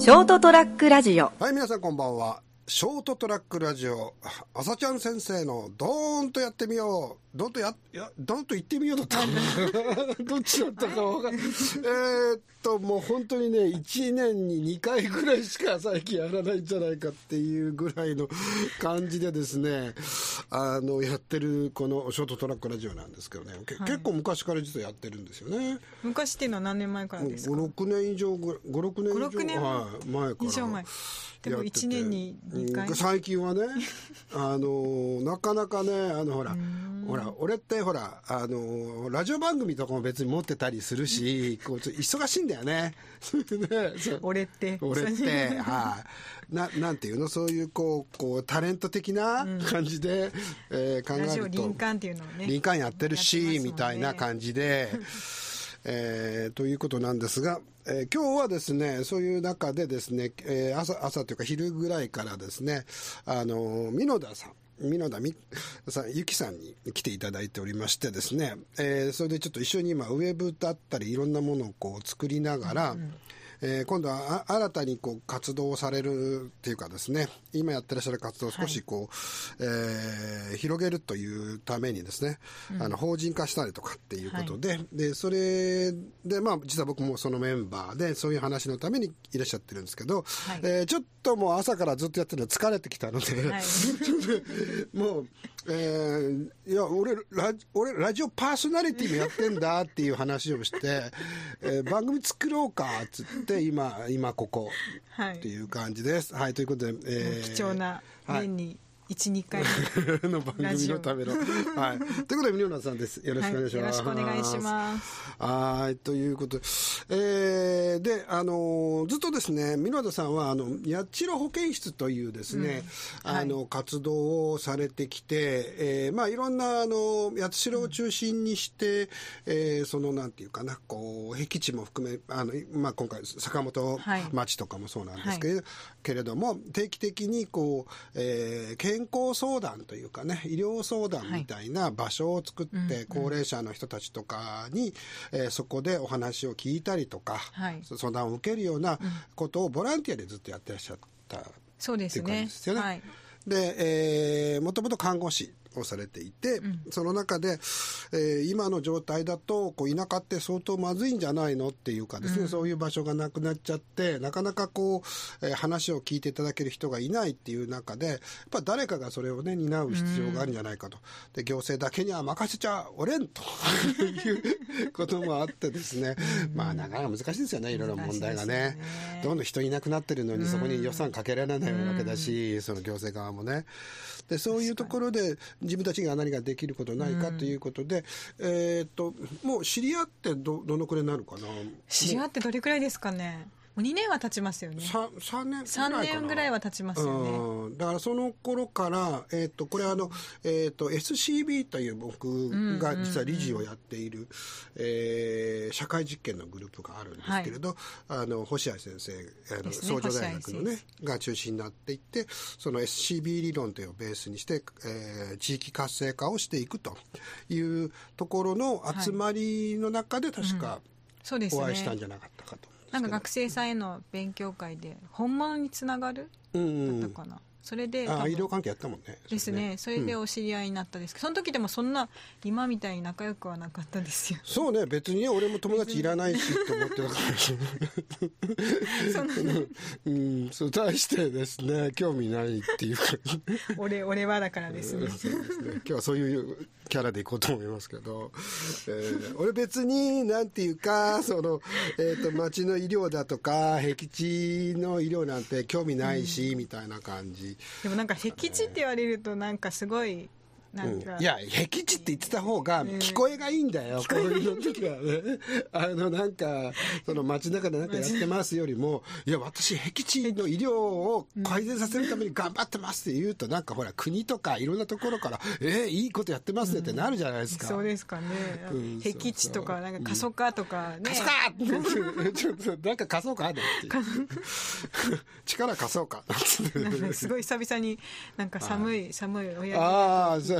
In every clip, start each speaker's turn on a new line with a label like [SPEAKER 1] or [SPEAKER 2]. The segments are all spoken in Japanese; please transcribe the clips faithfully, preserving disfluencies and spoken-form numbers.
[SPEAKER 1] ショートトラックラジオ。
[SPEAKER 2] はい、皆さんこんばんは。ショートトラックラジオ、朝ちゃん先生のドーンとやってみよう、ドーンとややドーンと言ってみようだったかなどっちだったか分かんないえーっともう本当にねいちねんににかいぐらいしか最近やらないんじゃないかっていうぐらいの感じでですね、あのやってるこのショートトラックラジオなんですけどね、はい、結構昔から実はやってるんですよね。昔
[SPEAKER 1] っていうのは何年前からですか？
[SPEAKER 2] ご、ろくねん以上ぐご、ろくねん以上、
[SPEAKER 1] ご、ろくねん
[SPEAKER 2] はい前から
[SPEAKER 1] 以上前でもいちねんににかい、
[SPEAKER 2] うん、最近はねあのなかなかねあのほらほら俺ってほらあのラジオ番組とかも別に持ってたりするしこう忙しいんだよね
[SPEAKER 1] 俺って
[SPEAKER 2] 俺ってはい、な, なんていうのそういうこうこうタレント的な感じで、うんえー、考えるとラジオ
[SPEAKER 1] 林間っていうのをね
[SPEAKER 2] 林間やってるし、ね、みたいな感じでえー、ということなんですが、えー、今日はですねそういう中でですね、えー、朝, 朝というか昼ぐらいからですねあの箕田さん箕田さんゆきさんに来ていただいておりましてですね、えー、それでちょっと一緒に今ウェブだったりいろんなものをこう作りながら、うんうんえー、今度は新たにこう活動をされるっていうかですね今やってらっしゃる活動を少しこう、はいえー、広げるというためにですね、うん、あの法人化したりとかっていうことで、はい、でそれでまあ実は僕もそのメンバーでそういう話のためにいらっしゃってるんですけど、はいえー、ちょっともう朝からずっとやってるの疲れてきたので、はい、もう、えー、いや俺ラ俺ラジオパーソナリティもやってんだっていう話をして、えー、番組作ろうかっつってで 今, 今ここっていう感じです。はい、はい、ということで、えー、
[SPEAKER 1] 貴重な年にいち、はい、にかい
[SPEAKER 2] の番組のための、はい、ということで箕田さんです。よろしくお願いします。
[SPEAKER 1] はい、よろしくお願いします。
[SPEAKER 2] はいということで、えー、であのずっとですね箕田さんはあの八代保健室というですね、うんはい、あの活動をされてきて、えー、まあいろんなあの八代を中心にして、うんえー、そのなんていうかなこう僻地も含めあの、まあ、今回坂本町とかもそうなんですけれど、はい、けれども定期的にこう、えー、健康相談というかね医療相談みたいな場所を作って、はい、高齢者の人たちとかに、えー、そこでお話を聞いたりとか、はい、相談を受けるようなことをボランティアでずっとやってらっしゃったっていう感じですよね。はい、で、えー、もともと看護師をされていて、うん、その中で、えー、今の状態だとこう田舎って相当まずいんじゃないのっていうかですね、うん、そういう場所がなくなっちゃってなかなかこう、えー、話を聞いていただける人がいないっていう中でやっぱ誰かがそれをね担う必要があるんじゃないかと、うん、で行政だけには任せちゃおれんということもあってですね、うん、まあなかなか難しいですよねいろいろ問題が ね, ねどんどん人いなくなってるのにそこに予算かけられないわけだし、うん、その行政側もねでそういうところで自分たちが何ができることないかということで、うん、えー、っともう知り合って ど, どのくらいになるかな。
[SPEAKER 1] 知り合ってどれくらいですかね。もうにねんは経ちますよね。
[SPEAKER 2] 3, 3年ぐらいかな。
[SPEAKER 1] さんねんぐらいは経ちますよね。
[SPEAKER 2] うん、だからその頃から、えー、とこれあの、えー、と エスシービー という僕が実は理事をやっている、うんうんうんえー、社会実験のグループがあるんですけれど、はい、あの星合先生あの創業大学のねが中心になっていってその エスシービー 理論というのをベースにして、えー、地域活性化をしていくというところの集まりの中で確かお会いしたんじゃなかったかと。
[SPEAKER 1] なんか学生さんへの勉強会で本物につながるだったかな、うん、それで
[SPEAKER 2] あ医療関係やったもんね。
[SPEAKER 1] ですね。それでお知り合いになったんですけど、うん、その時でもそんな今みたいに仲良くはなかったですよ。
[SPEAKER 2] そうね別に俺も友達いらないしと思ってたからその、うん、そう対してですね興味ないっていうか
[SPEAKER 1] 俺, 俺はだからですね、
[SPEAKER 2] そうですね今日はそういうキャラでいこうと思いますけど、えー、俺別になんていうかその、えー、と町の医療だとか僻地の医療なんて興味ないし、うん、みたいな感じ。
[SPEAKER 1] でもなんか僻地って言われるとなんかすごいなんか、
[SPEAKER 2] うん、いや僻地って言ってた方が聞こえがいいんだよ、うん、こういう時はねあのなんかその街中でなんかやってますよりもいや私僻地の医療を改善させるために頑張ってますって言うとなんかほら国とかいろんなところからえー、いいことやってますねってなるじゃないですか、
[SPEAKER 1] うん、そうですかね、うん、僻地とかなんか過疎化とかね、
[SPEAKER 2] 過疎化ちょっとなんか過疎化って力過疎化
[SPEAKER 1] なんかすごい久々になんか寒い寒い親
[SPEAKER 2] ああそう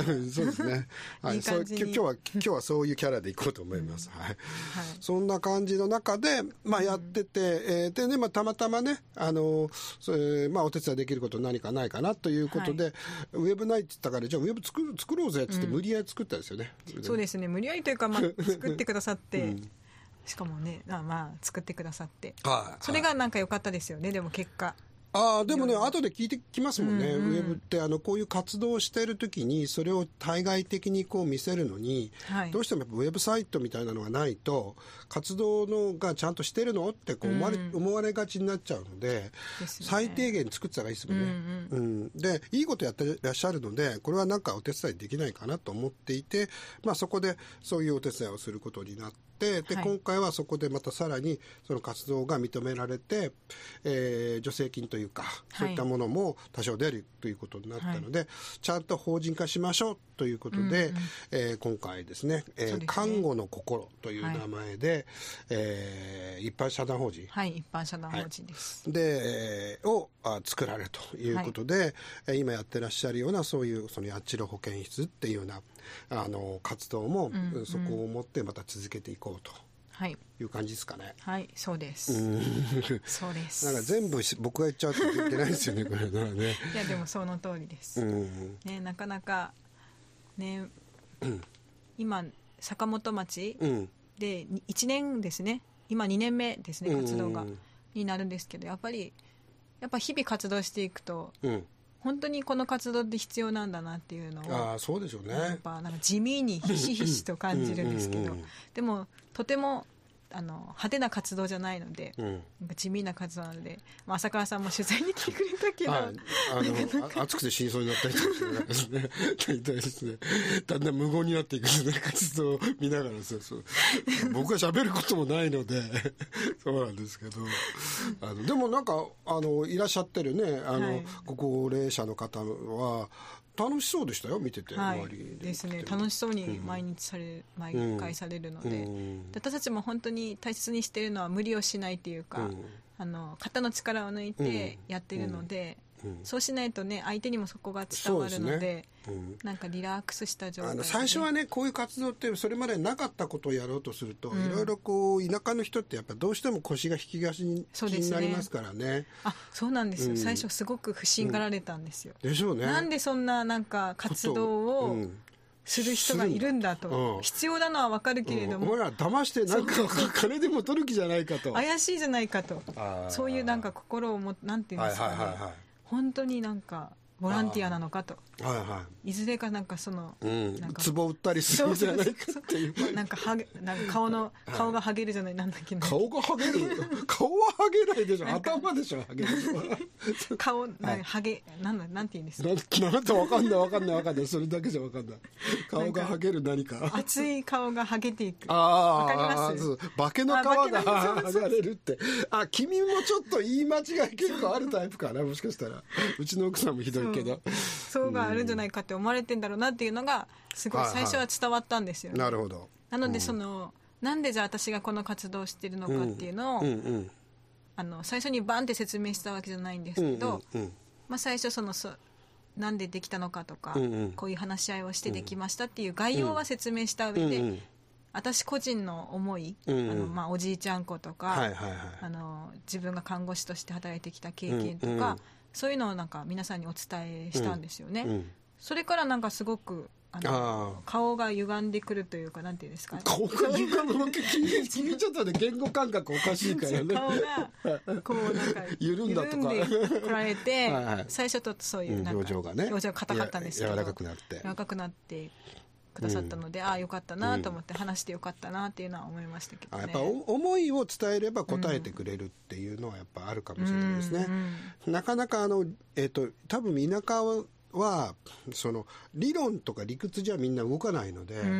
[SPEAKER 2] そうですね、はい、
[SPEAKER 1] いい感じに
[SPEAKER 2] そう今日は今日はそういうキャラでいこうと思います、うん、はい、はい、そんな感じの中で、まあ、やってて、うん、えー、でね、まあ、たまたまね、あのそれ、まあ、お手伝いできること何かないかなということで、はい、ウェブないって言ったからじゃあウェブ作る作ろうぜって言って無理やり作ったんですよね、
[SPEAKER 1] うん、そうですね、無理やりというか、まあ、作ってくださって、うん、しかもね、あまあ作ってくださって、はい、それがなんか良かったですよね、でも結果。
[SPEAKER 2] あでもね、後で聞いてきますもんね、うんうん、ウェブってあのこういう活動をしているときにそれを対外的にこう見せるのに、はい、どうしてもやっぱウェブサイトみたいなのがないと活動のがちゃんとしてるのってこう思われ、うん、思われがちになっちゃうの で, で、ね、最低限作ってたらいいですもんね、うんうんうん、でいいことやってらっしゃるのでこれはなんかお手伝いできないかなと思っていて、まあ、そこでそういうお手伝いをすることになってで、はい、今回はそこでまたさらにその活動が認められて、えー、助成金というか、はい、そういったものも多少出るということになったので、はい、ちゃんと法人化しましょうということで、うんうん、えー、今回ですね、えー、看護の心という名前で、はい、えー、一般社団法人、
[SPEAKER 1] はい、一般社団法人です、
[SPEAKER 2] はい、で、えー、をあ作られるということで、はい、今やってらっしゃるようなそういうその八代保健室っていうようなあの活動も、うんうん、そこを持ってまた続けていこうという感じですかね。
[SPEAKER 1] はい、はい、そうです。うんそうです。
[SPEAKER 2] なんか全部僕が言っちゃうといけないですよねこれはね。
[SPEAKER 1] いやでもその通りです。うんね、なかなかね、うん、今坂本町でいちねんですね。今にねんめですね活動が、うんうん、になるんですけどやっぱりやっぱ日々活動していくと。うん本当にこの活動って必要なんだなっていうのを
[SPEAKER 2] あそうでしょうね
[SPEAKER 1] やっぱなんか地味にひしひしと感じるんですけどうんうん、うん、でもとてもあの派手な活動じゃないので、うん、なんか地味な活動なので、まあ、浅川さんも取材に来てくれたけどあ
[SPEAKER 2] の暑くて死にそうになったりとかですねですねだんだん無言になっていくんですね活動を見ながらそうそう僕が喋ることもないのでそうなんですけどあのでもなんかあのいらっしゃってるねあの、はい、ご高齢者の方は楽しそうでしたよ見てて、
[SPEAKER 1] はい、周りでですね楽しそうに毎日され、うん、毎回されるので、うん、私たちも本当に大切にしているのは無理をしないっていうか、うん、あの肩の力を抜いてやってるので、うん、そうしないとね相手にもそこが伝わるの で, で、ねうん、なんかリラックスした状態で、ね、
[SPEAKER 2] あの最初はねこういう活動ってそれまでなかったことをやろうとすると、うん、いろいろこう田舎の人ってやっぱどうしても腰が引きがちになりますからね。
[SPEAKER 1] あそうなんですよ、うん、最初すごく不審がられたんですよ、
[SPEAKER 2] うん、でしょうね。
[SPEAKER 1] なんでそんななんか活動をする人がいるんだと、うん、必要なのは分かるけれども、
[SPEAKER 2] うん、お前ら騙してなんか金でも取る気じゃないかと
[SPEAKER 1] 怪しいじゃないかとそういうなんか心をもなんていうんですかね、はいはいはいはい、本当になんかボランティアなのかと、はいはい、いずれかなんかその、
[SPEAKER 2] うん、なんか壺売ったりするんじゃないかっていう
[SPEAKER 1] なんかはげなんか顔の顔がハゲるじゃないなんだっけな
[SPEAKER 2] 顔がハゲる顔はハゲないでしょ頭でしょハゲる
[SPEAKER 1] 顔なんかハゲなんだなんて言うんです
[SPEAKER 2] かなんてわかんないわかんないわかんないそれだけじゃわかんない顔がハゲる何か
[SPEAKER 1] 熱い顔がハゲていく
[SPEAKER 2] あ
[SPEAKER 1] わかります
[SPEAKER 2] 化けの皮が剥がれるってあ君もちょっと言い間違い結構あるタイプかなもしかしたらうちの奥さんもひどいけど
[SPEAKER 1] そうがあるんじゃないかって思われてんだろうなっていうのがすごい最初は伝わったんですよね、
[SPEAKER 2] はいはい、なるほど。
[SPEAKER 1] なのでその、うん、なんでじゃあ私がこの活動をしているのかっていうのを、うんうんうん、あの最初にバンって説明したわけじゃないんですけど、うんうんうんまあ、最初そのそなんでできたのかとか、うんうん、こういう話し合いをしてできましたっていう概要は説明した上で、うんうん、私個人の思い、うんうんあのまあ、おじいちゃん子とか、はいはいはい、あの自分が看護師として働いてきた経験とか、うんうんそういうのをなんか皆さんにお伝えしたんですよね、うんうん、それからなんかすごくあのあ顔が歪んでくるというかなんていうんですか、ね、
[SPEAKER 2] 顔が歪むの君ちょっとね言語感覚おかしいからね
[SPEAKER 1] 顔がこうなんか緩んだとか緩んでこられてはい、はい、最初とそういうなんか、うん、表情がね表情が硬かったんですけど
[SPEAKER 2] 柔らかくなって
[SPEAKER 1] 柔らかくなってくださったので、うん、ああよかったなと思って話してよかったなっていうのは思いましたけどね。
[SPEAKER 2] やっぱ思いを伝えれば答えてくれるっていうのはやっぱあるかもしれないですね、うんうん、なかなかあの、えーと、多分田舎はその理論とか理屈じゃみんな動かないので、うんうん、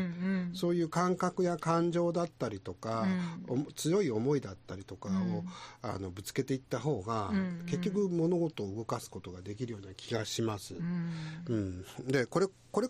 [SPEAKER 2] そういう感覚や感情だったりとか、うん、強い思いだったりとかを、うん、あのぶつけていった方が、うんうん、結局物事を動かすことができるような気がします、うんうん、でこれこれこれ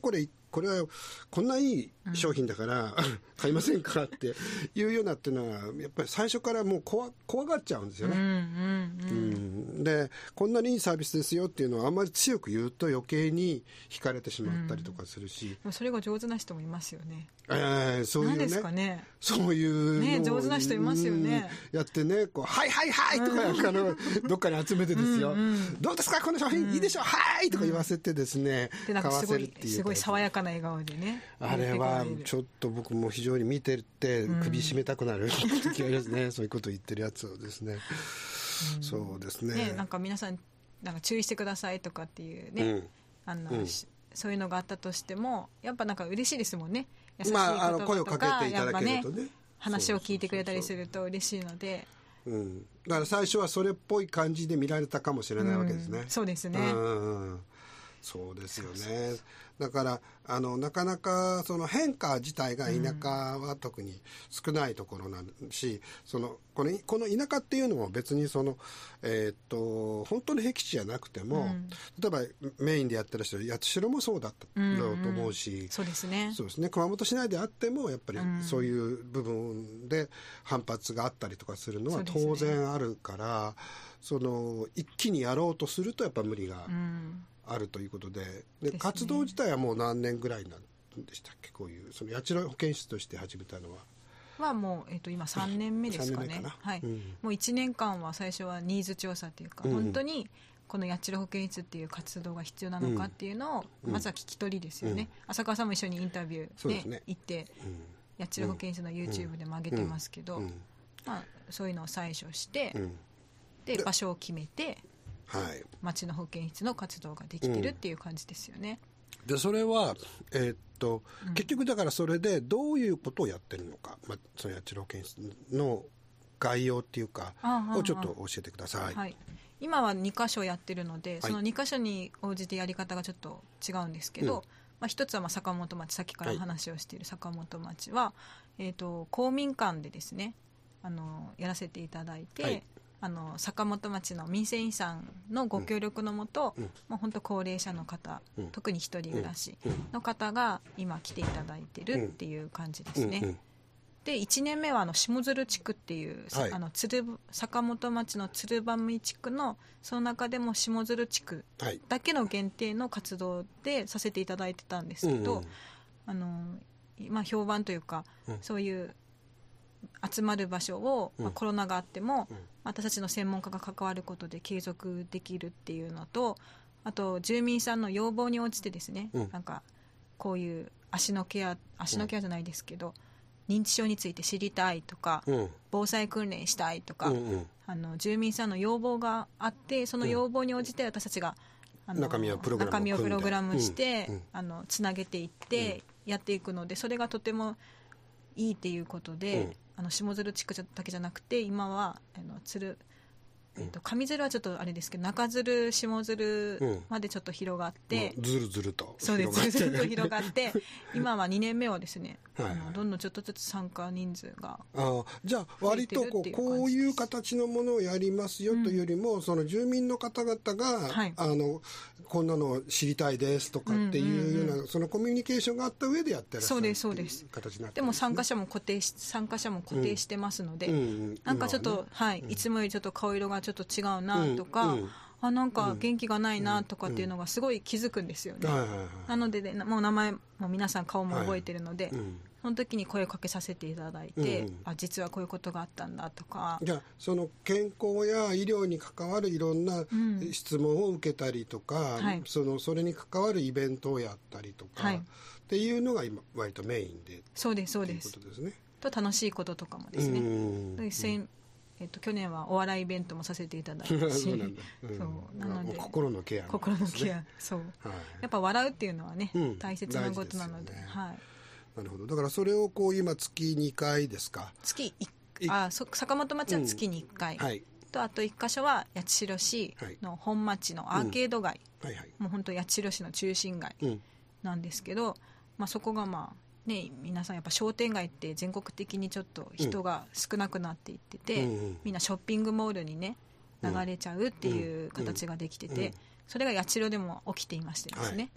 [SPEAKER 2] これはこんないい商品だから、うん、買いませんかっていうようなっていうのはやっぱり最初からもう怖、怖がっちゃうんですよね、うんうんうんうん、でこんなにいいサービスですよっていうのはあんまり強く言うと余計に惹かれてしまったりとかするし、
[SPEAKER 1] うん、それが上手な人もいますよね、
[SPEAKER 2] えー、そういうね、
[SPEAKER 1] 何ですかね、
[SPEAKER 2] そういうの、
[SPEAKER 1] ね、上手な人いますよね、
[SPEAKER 2] やってねこうはいはいはいとかなんかのどっかに集めてですよ、うんうん、どうですかこの商品、うん、いいでしょうはいとか言わせてですね、うん、買わせるっていう
[SPEAKER 1] すごい爽やかな笑顔でね、
[SPEAKER 2] あれはちょっと僕も非常に見てて首絞めたくなる時がありますね、うん、そういうことを言ってるやつをですね、うん、そうです ね,
[SPEAKER 1] ねなんか皆さんなんか注意してくださいとかっていうね、うん、あの、うん、そういうのがあったとしてもやっぱなんか嬉しいですもんね、優しい言葉とか、まあ、あの声をかけていただけるとね、ね話を聞いてくれたりすると嬉しいので、
[SPEAKER 2] うん、だから最初はそれっぽい感じで見られたかもしれないわけですね、
[SPEAKER 1] うん、そうですね、
[SPEAKER 2] うん、そうですよね。そうそうそう、だからあのなかなかその変化自体が田舎は特に少ないところなし、うん、そのこのこの田舎っていうのも別にその、えー、っと本当の僻地じゃなくても、うん、例えばメインでやってる人八代もそうだったろうと思うし、うんうん、
[SPEAKER 1] そうですね、
[SPEAKER 2] そうですね、熊本市内であってもやっぱりそういう部分で反発があったりとかするのは当然あるから、その一気にやろうとするとやっぱ無理が、うんあるということ で, で、ね、活動自体はもう何年ぐらいなんでしたっけ、こういうその八代保健室として始めたのは
[SPEAKER 1] はもう、えー、と今さんねんめですかね、かはい、うん、もういちねんかんは最初はニーズ調査というか、うん、本当にこの八代保健室っていう活動が必要なのかっていうのを、うん、まずは聞き取りですよね、うん、浅川さんも一緒にインタビュー で,、ね、行って、うん、八代保健室の YouTube でも上げてますけど、うんうんまあ、そういうのを採取して、うん、で場所を決めてはい、町の保健室の活動ができてるっていう感じですよね、
[SPEAKER 2] うん、でそれは、えー、っとうん、結局だからそれでどういうことをやってるのか、まあ、その八代保健室の概要っていうかをちょっと教えてください。
[SPEAKER 1] はい、今はにかしょやってるのでそのにかしょに応じてやり方がちょっと違うんですけど、はい、まあ、一つはまあ坂本町、さっきから話をしている坂本町は、はい、えー、と公民館でですねあのやらせていただいて、はい、あの坂本町の民生委員さんのご協力のもと、うん、もう本当高齢者の方、うん、特に一人暮らしの方が今来ていただいてるっていう感じですね、うんうん、でいちねんめはあの下鶴地区っていう、はい、あの鶴坂本町の鶴羽見地区のその中でも下鶴地区だけの限定の活動でさせていただいてたんですけど、うんうん、あのまあ、評判というか、うん、そういう集まる場所を、まあ、コロナがあっても、うん、私たちの専門家が関わることで継続できるっていうのと、あと住民さんの要望に応じてですね、うん、なんかこういう足のケア足のケアじゃないですけど、うん、認知症について知りたいとか、うん、防災訓練したいとか、うんうん、あの住民さんの要望があって、その要望に応じて私たちが、あの
[SPEAKER 2] 中身をプログラム
[SPEAKER 1] 中身をプログラムして、うんうん、あのつなげていってやっていくので、それがとてもいいっていうことで、うん、あの下鶴地区だけじゃなくて今はあの鶴、えー、と上鶴はちょっとあれですけど中鶴下鶴までちょっと広がって、
[SPEAKER 2] うん、ずるずると
[SPEAKER 1] そうですずるずると広がって今はにねんめはですね、はいはい、あのどんどんちょっとずつ参加人数が
[SPEAKER 2] あじゃあ割とこう、こういう形のものをやりますよというよりも、うん、その住民の方々が、はい、あのこんなの知りたいですとかっていうような、うんうんうん、そのコミュニケーションがあった上でやってらっしゃるっていう形になってますね。
[SPEAKER 1] そうですそうです。でも参加者も固定し参加者も固定してますので、うんうん、なんかちょっと、ね、はい、いつもよりちょっと顔色がちょっと違うなとか、うんうん、あなんか元気がないなとかっていうのがすごい気づくんですよね、うんうん、なので、ね、もう名前も皆さん顔も覚えてるので、はいうん、その時に声をかけさせていただいて、うん、あ実はこういうことがあったんだとか、
[SPEAKER 2] じゃあその健康や医療に関わるいろんな質問を受けたりとか、うんはい、そのそれに関わるイベントをやったりとか、はい、っていうのが今割とメインで
[SPEAKER 1] そうですそうです
[SPEAKER 2] ということですね。
[SPEAKER 1] と楽しいこととかもですね、うんうんえっと、去年はお笑いイベントもさせていただいたしそうなんだ、うん、そうなので
[SPEAKER 2] 心のケア、ね、
[SPEAKER 1] 心のケアそう、はい、やっぱ笑うっていうのはね、うん、大切なことなの で, で、ねはい、
[SPEAKER 2] なるほど。だからそれをこう今月にかいですか。
[SPEAKER 1] 月あそ坂本町は月にいっかい、うんはい、とあといっかしょは八代市の本町のアーケード街、うんはいはい、もう本当八代市の中心街なんですけど、うんまあ、そこがまあね、皆さんやっぱ商店街って全国的にちょっと人が少なくなっていってて、うん、みんなショッピングモールにね流れちゃうっていう形ができてて、うんうん、それが八代でも起きていましてですね、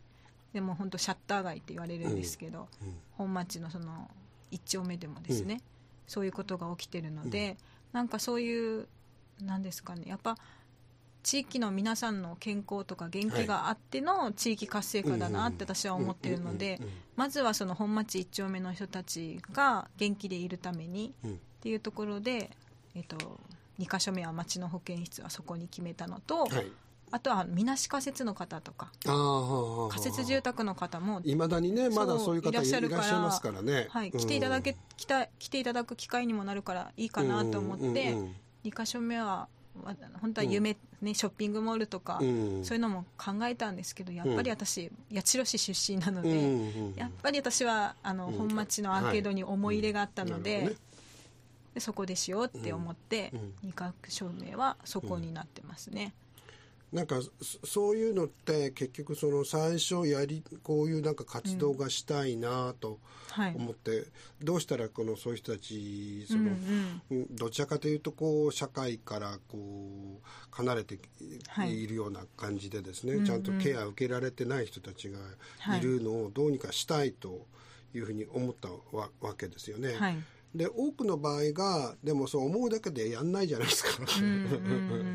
[SPEAKER 1] でも本当シャッター街って言われるんですけど、うんうん、本町のその一丁目でもですね、うん、そういうことが起きてるので、うん、なんかそういうなんですかね、やっぱ地域の皆さんの健康とか元気があっての地域活性化だなって私は思ってるので、まずはその本町一丁目の人たちが元気でいるためにっていうところで、えっと、にかしょめは町の保健室はそこに決めたのと、はい、あとはみなし仮設の方とか仮設住宅の方も
[SPEAKER 2] いまだにねまだそういう方いらっしゃいますからね、
[SPEAKER 1] はい、来ていただけ、来た、来ていただく機会にもなるからいいかなと思って、うんうんうん、にかしょめは本当は夢、うんね、ショッピングモールとか、うん、そういうのも考えたんですけど、やっぱり私、うん、八代市出身なので、うんうんうん、やっぱり私はあの、うん、本町のアーケードに思い入れがあったので、はい、でそこでしようって思って、うん、にかしょめはそこになってますね。
[SPEAKER 2] うん、なんかそういうのって結局その最初やりこういうなんか活動がしたいなと思って、うんはい、どうしたらこのそういう人たちその、うんうん、どちらかというとこう社会からこう離れているような感じでですね、はい、ちゃんとケアを受けられてない人たちがいるのをどうにかしたいというふうに思ったわけですよね。はいで多くの場合がでもそう思うだけでやんないじゃないですか。うんうん、うん、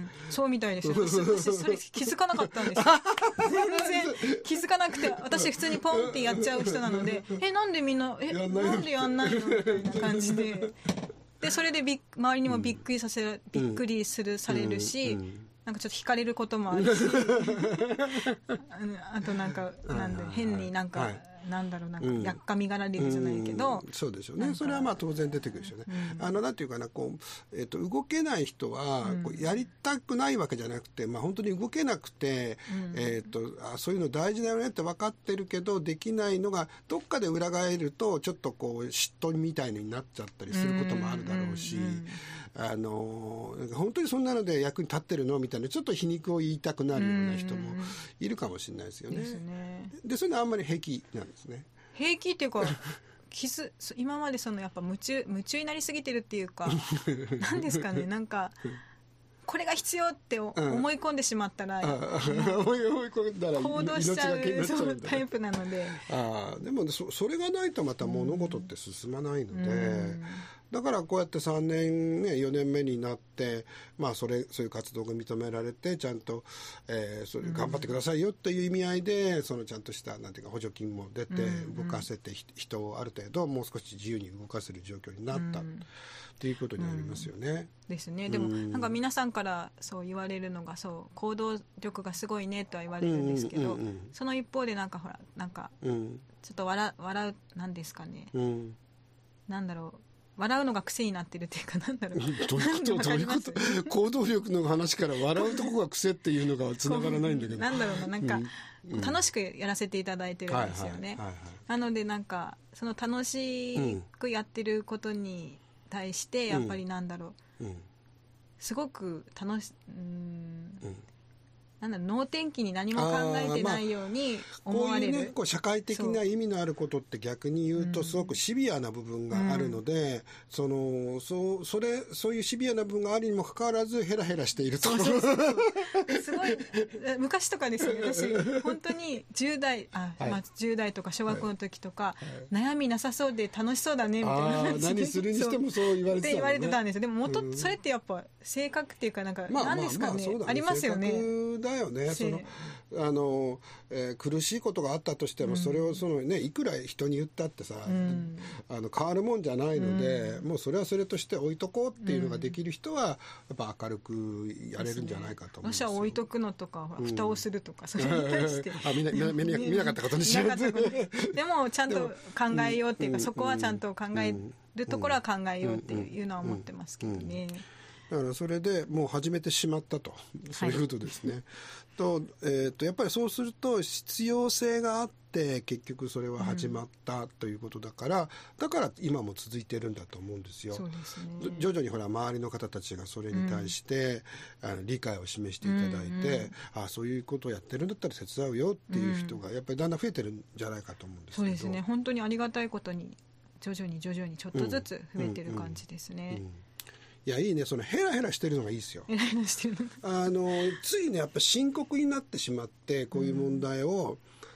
[SPEAKER 1] そうみたいですよ。それ気づかなかったんですよ。全然気づかなくて、私普通にポンってやっちゃう人なのでえなんでみんなえなんでやんないのみたいな感じででそれでび周りにもびっくりさせる、うん、びっくりするされるし、うんうん、なんかちょっと惹かれることもあるしあとなんかなんで変になんか、はいなんだろうなんかやっかみがられるじゃないけど、うんうん、
[SPEAKER 2] そうでしょうね。それはまあ当然出てくるでしょうね。うん、あのなんていうかなこう、えー、と動けない人はこうやりたくないわけじゃなくて、まあ、本当に動けなくて、うんえー、とあそういうの大事だよねって分かってるけどできないのがどっかで裏返るとちょっとこう嫉妬みたいになっちゃったりすることもあるだろうし、うんうんあの本当にそんなので役に立ってるのみたいなちょっと皮肉を言いたくなるような人もいるかもしれないですよね。ですね。でそういうのはあんまり平気なんですね。
[SPEAKER 1] 平気っていうか気づ今までそのやっぱ夢中夢中になりすぎてるっていうかなんですかねなんかこれが必要って思い込んでしまったら、うん、思い込んだら行動しちゃうタイプなので
[SPEAKER 2] あでも そ, それがないとまた物事って進まないので、うんだからこうやってさんねん、ね、よねんめになって、まあ、それそういう活動が認められてちゃんと、えー、それ頑張ってくださいよっていう意味合いでそのちゃんとしたなんていうか補助金も出て動かせて、うん、人をある程度もう少し自由に動かせる状況になった、うん、っていうことになりますよね。うん、
[SPEAKER 1] ですね。でも、うん、なんか皆さんからそう言われるのがそう行動力がすごいねとは言われるんですけど、うんうんうんうん、その一方でなんかほらなんか、うん、ちょっと笑笑うなんですかね、うん、なんだろう笑うのが癖になってるっていうかなんだろう
[SPEAKER 2] どういうことどういうこと行動力の話から笑うとこが癖っていうのがつながらないんだけど
[SPEAKER 1] なんだろうななんか、うん、楽しくやらせていただいてるんですよね、はいはいはいはい、なのでなんかその楽しくやってることに対してやっぱりなんだろう、うん、すごく楽しうーん、うんなんだ能天気に何も考えてないように思われる、まあ、こういうねこう社会的な意味のあることって逆に言うとすごくシビアな部分があるので、うん、その そ, そ, れそういうシビアな部分があるにもかかわらずヘラヘラしているとそうそうそうすごい昔とかですね私本当にじゅう代あ、はいまあ、じゅう代とか小学校の時とか、はいはい、悩みなさそうで楽しそうだねみたいな感じで
[SPEAKER 2] 何するにしてもそう言われてた、ね、って
[SPEAKER 1] 言われてたんですよ。でも元、うん、それってやっぱ性格っていうかなんか何ですかね、まあまあまあそうだね、ありますよね。
[SPEAKER 2] 性格だよね。そのあの、えー、苦しいことがあったとしても、うん、それをその、ね、いくら人に言ったってさ、うん、あの変わるもんじゃないので、うん、もうそれはそれとして置いとこうっていうのができる人は、やっぱ明るくやれるんじゃないかと思うんですよ。
[SPEAKER 1] 私は置いとくのとか、うん、蓋をするとかそれに対して
[SPEAKER 2] あみんな見な見なかったことにしよう
[SPEAKER 1] でもちゃんと考えようっていうか、そこはちゃんと考えるところは考えようっていうのは思ってますけどね。
[SPEAKER 2] だからそれでもう始めてしまったとそういうことですね、はいとえー、とやっぱりそうすると必要性があって結局それは始まったということだから、うん、だから今も続いてるんだと思うんですよ。
[SPEAKER 1] そうですね。
[SPEAKER 2] 徐々にほら周りの方たちがそれに対して、うん、あの理解を示していただいて、うんうん、あそういうことをやってるんだったら手伝うよっていう人がやっぱりだんだん増えてるんじゃないかと思うんですけど、
[SPEAKER 1] そうですね。本当にありがたいことに徐々に徐々にちょっとずつ増えてる感じですね、うんうんうん。
[SPEAKER 2] いやいいね、そのヘラヘラしてるのがいいですよ。
[SPEAKER 1] ヘラヘラしてる
[SPEAKER 2] あのついねやっぱ深刻になってしまってこういう問題を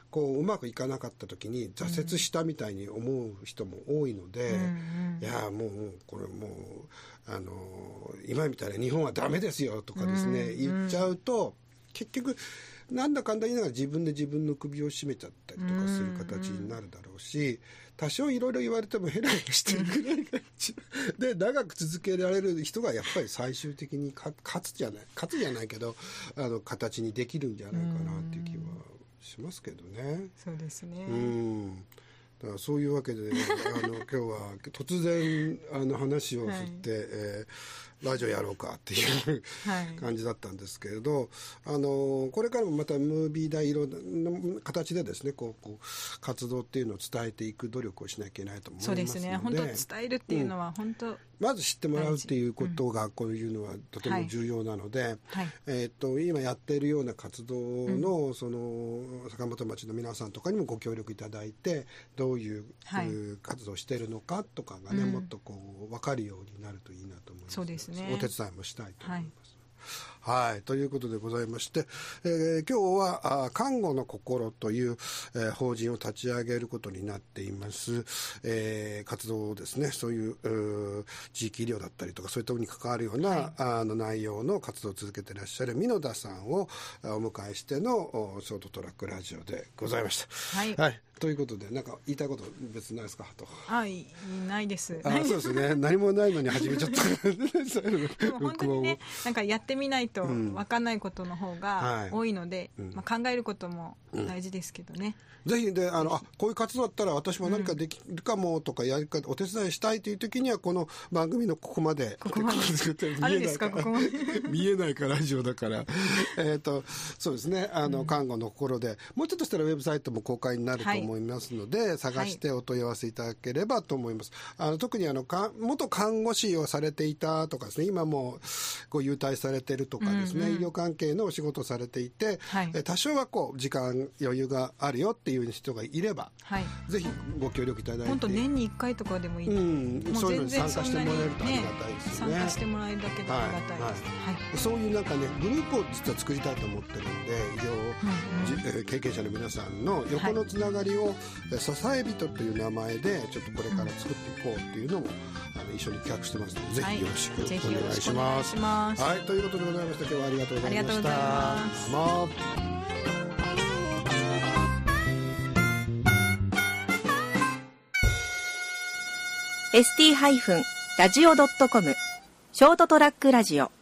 [SPEAKER 2] こううまくいかなかった時に挫折したみたいに思う人も多いので、うん、いやもうこれもうあの今みたいな日本はダメですよとかですね、うん、言っちゃうと結局なんだかんだ言いながら自分で自分の首を絞めちゃったりとかする形になるだろうし、多少いろいろ言われてもヘラヘラしてるぐらいがで長く続けられる人がやっぱり最終的に勝つじゃない勝つじゃないけどあの形にできるんじゃないかなっていう気はしますけどね。
[SPEAKER 1] そうですね。
[SPEAKER 2] うんだからそういうわけであの今日は突然あの話を振って、はいえー、ラジオやろうかっていう感じだったんですけれど、あのこれからもまたムービーでいろんな形でですねこうこう活動っていうのを伝えていく努力をしなきゃいけないと思いますので、
[SPEAKER 1] そうですね本当伝えるっていうのは本当、うん
[SPEAKER 2] まず知ってもらうっていうことがこういうのはとても重要なので、はいえー、と今やっているような活動の、うん、その坂本町の皆さんとかにもご協力いただいてどういう、はい、活動をしているのかとかがね、うん、もっとこう分かるようになるといいなと思います。
[SPEAKER 1] そうですね。
[SPEAKER 2] お手伝いもしたいと思います。はい、はい、ということでございまして、えー、今日はあ看護の心という、えー、法人を立ち上げることになっています、えー、活動をですねそういう、う地域医療だったりとかそういったものに関わるような、はい、あの内容の活動を続けていらっしゃる箕田さんをお迎えしてのショートトラックラジオでございました。はい、はいということで何か言いたいこと別にないですかと。
[SPEAKER 1] あいないです。
[SPEAKER 2] あそうですね何もないのに始めちゃった
[SPEAKER 1] でも本当にねなんかやってみないと分かんないことの方が多いので、うんはいまあ、考えることも大事ですけどね、
[SPEAKER 2] うん、ぜひであのあこういう活動だったら私も何かできるかもとかやりかお手伝いしたいという時にはこの番組のここまで
[SPEAKER 1] ここまであるんですかここまで
[SPEAKER 2] 見えないからラジオだからえっとそうですねあの、うん、看護の心でもうちょっとしたらウェブサイトも公開になると思います、はい思いますので探してお問い合わせいただければと思います、はい、あの特にあのか元看護師をされていたとかですね今もこう優待されているとかですね、うんうん、医療関係のお仕事をされていて、はい、多少はこう時間余裕があるよっていう人がいれば、はい、ぜひご協力いただいて
[SPEAKER 1] 本当年にいっかいとかでもいい、うん、
[SPEAKER 2] もう全然そういうのに参加してもらえるとありがたいですよね。
[SPEAKER 1] 参加してもらえるだけでありがたいです、はいはいはい、
[SPEAKER 2] そういうなんかねグループを実は作りたいと思ってるんで医療、うんうん、経験者の皆さんの横のつながりを、はい支え人という名前でちょっとこれから作っていこうっていうのも、うん、あの一緒に企画してますので、ぜひよろしくお願いします。はい、はい、ということでございました今日はありがとうございました。ありがとうございます。
[SPEAKER 3] エスティー ラジオ ドットコム ショートトラックラジオ